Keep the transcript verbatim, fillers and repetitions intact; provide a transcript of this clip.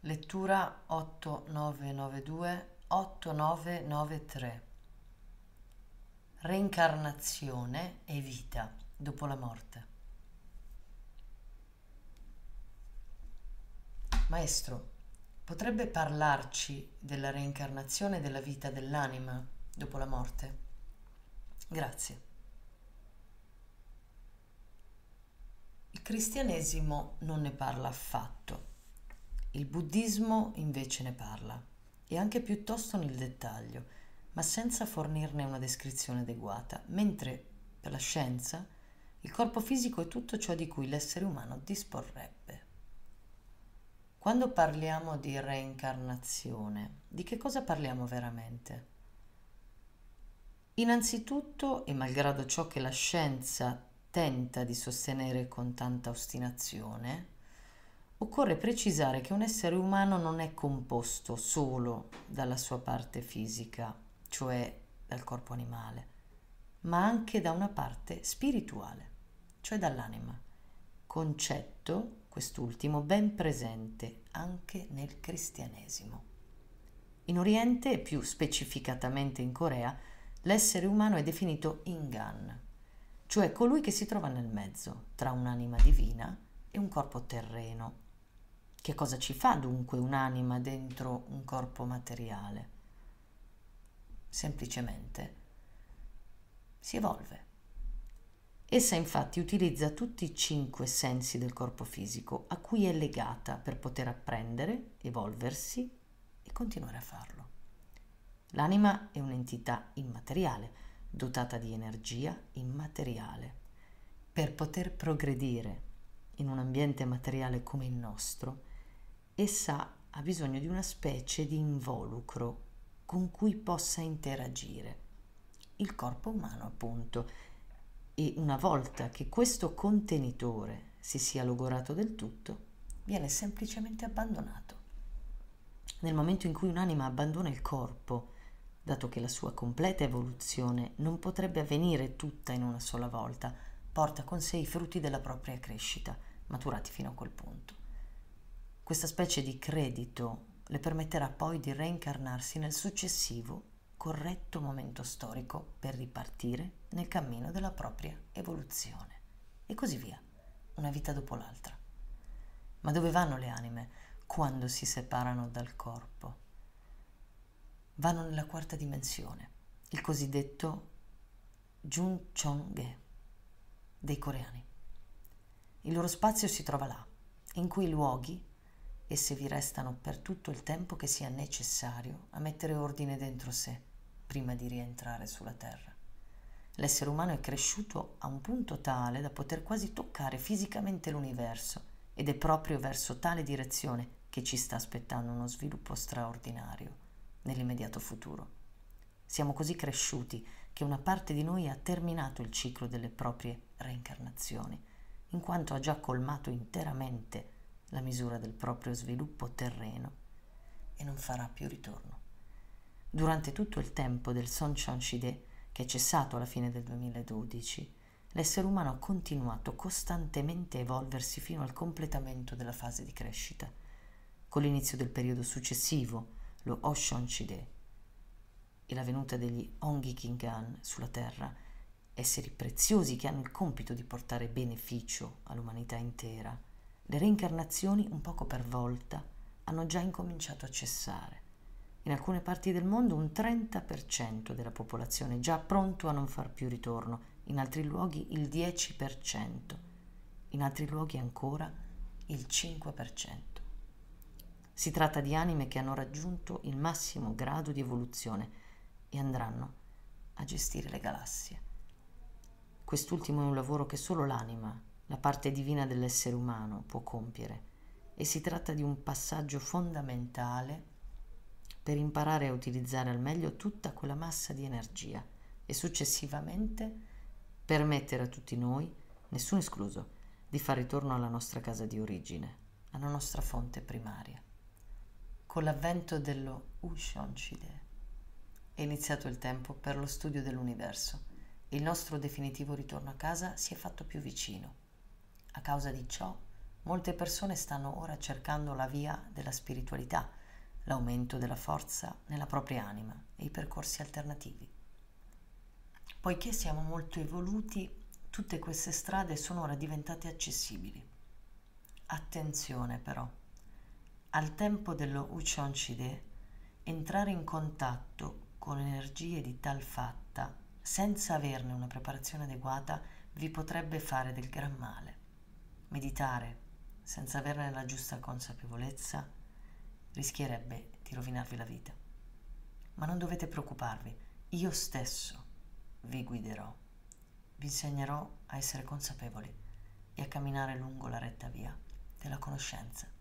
Lettura otto nove nove due otto nove nove tre. Reincarnazione e vita dopo la morte. Maestro, potrebbe parlarci della reincarnazione e della vita dell'anima dopo la morte? Grazie. Il cristianesimo non ne parla affatto. Il buddismo invece ne parla, e anche piuttosto nel dettaglio, ma senza fornirne una descrizione adeguata, mentre per la scienza il corpo fisico è tutto ciò di cui l'essere umano disporrebbe. Quando parliamo di reincarnazione, di che cosa parliamo veramente? Innanzitutto, e malgrado ciò che la scienza tenta di sostenere con tanta ostinazione, occorre precisare che un essere umano non è composto solo dalla sua parte fisica, cioè dal corpo animale, ma anche da una parte spirituale, cioè dall'anima, concetto, quest'ultimo, ben presente anche nel cristianesimo. In Oriente, e più specificatamente in Corea, l'essere umano è definito Ingan, cioè colui che si trova nel mezzo tra un'anima divina e un corpo terreno. Che cosa ci fa dunque un'anima dentro un corpo materiale? Semplicemente si evolve. Essa infatti utilizza tutti i cinque sensi del corpo fisico a cui è legata per poter apprendere, evolversi e continuare a farlo. L'anima è un'entità immateriale, dotata di energia immateriale. Per poter progredire in un ambiente materiale come il nostro, essa ha bisogno di una specie di involucro con cui possa interagire. Il corpo umano, appunto. E una volta che questo contenitore si sia logorato del tutto, viene semplicemente abbandonato. Nel momento in cui un'anima abbandona il corpo, dato che la sua completa evoluzione non potrebbe avvenire tutta in una sola volta, porta con sé i frutti della propria crescita, maturati fino a quel punto. Questa specie di credito le permetterà poi di reincarnarsi nel successivo corretto momento storico per ripartire nel cammino della propria evoluzione. E così via, una vita dopo l'altra. Ma dove vanno le anime quando si separano dal corpo? Vanno nella quarta dimensione, il cosiddetto Junchongge dei coreani. Il loro spazio si trova là, in quei luoghi esse vi restano per tutto il tempo che sia necessario a mettere ordine dentro sé prima di rientrare sulla terra. L'essere umano è cresciuto a un punto tale da poter quasi toccare fisicamente l'universo ed è proprio verso tale direzione che ci sta aspettando uno sviluppo straordinario nell'immediato futuro. Siamo così cresciuti che una parte di noi ha terminato il ciclo delle proprie reincarnazioni, in quanto ha già colmato interamente la misura del proprio sviluppo terreno e non farà più ritorno. Durante tutto il tempo del Sonshon Shide, che è cessato alla fine del duemiladodici, l'essere umano ha continuato costantemente a evolversi fino al completamento della fase di crescita. Con l'inizio del periodo successivo, lo Oshon Shide, e la venuta degli Ongi Kingan sulla Terra, esseri preziosi che hanno il compito di portare beneficio all'umanità intera, le reincarnazioni, un poco per volta, hanno già incominciato a cessare. In alcune parti del mondo un trenta per cento della popolazione è già pronto a non far più ritorno, in altri luoghi il dieci per cento, in altri luoghi ancora il cinque per cento. Si tratta di anime che hanno raggiunto il massimo grado di evoluzione e andranno a gestire le galassie. Quest'ultimo è un lavoro che solo l'anima, la parte divina dell'essere umano, può compiere, e si tratta di un passaggio fondamentale per imparare a utilizzare al meglio tutta quella massa di energia e successivamente permettere a tutti noi, nessuno escluso, di far ritorno alla nostra casa di origine, alla nostra fonte primaria. Con l'avvento dello Ushon Shide è iniziato il tempo per lo studio dell'universo. Il nostro definitivo ritorno a casa si è fatto più vicino. A causa di ciò, Molte persone stanno ora cercando la via della spiritualità, l'aumento della forza nella propria anima e i percorsi alternativi. Poiché siamo molto evoluti, tutte queste strade sono ora diventate accessibili. Attenzione però, al tempo dello Uchonchide, entrare in contatto con energie di tal fatta senza averne una preparazione adeguata vi potrebbe fare del gran male. Meditare senza averne la giusta consapevolezza rischierebbe di rovinarvi la vita. Ma non dovete preoccuparvi, io stesso vi guiderò, vi insegnerò a essere consapevoli e a camminare lungo la retta via della conoscenza.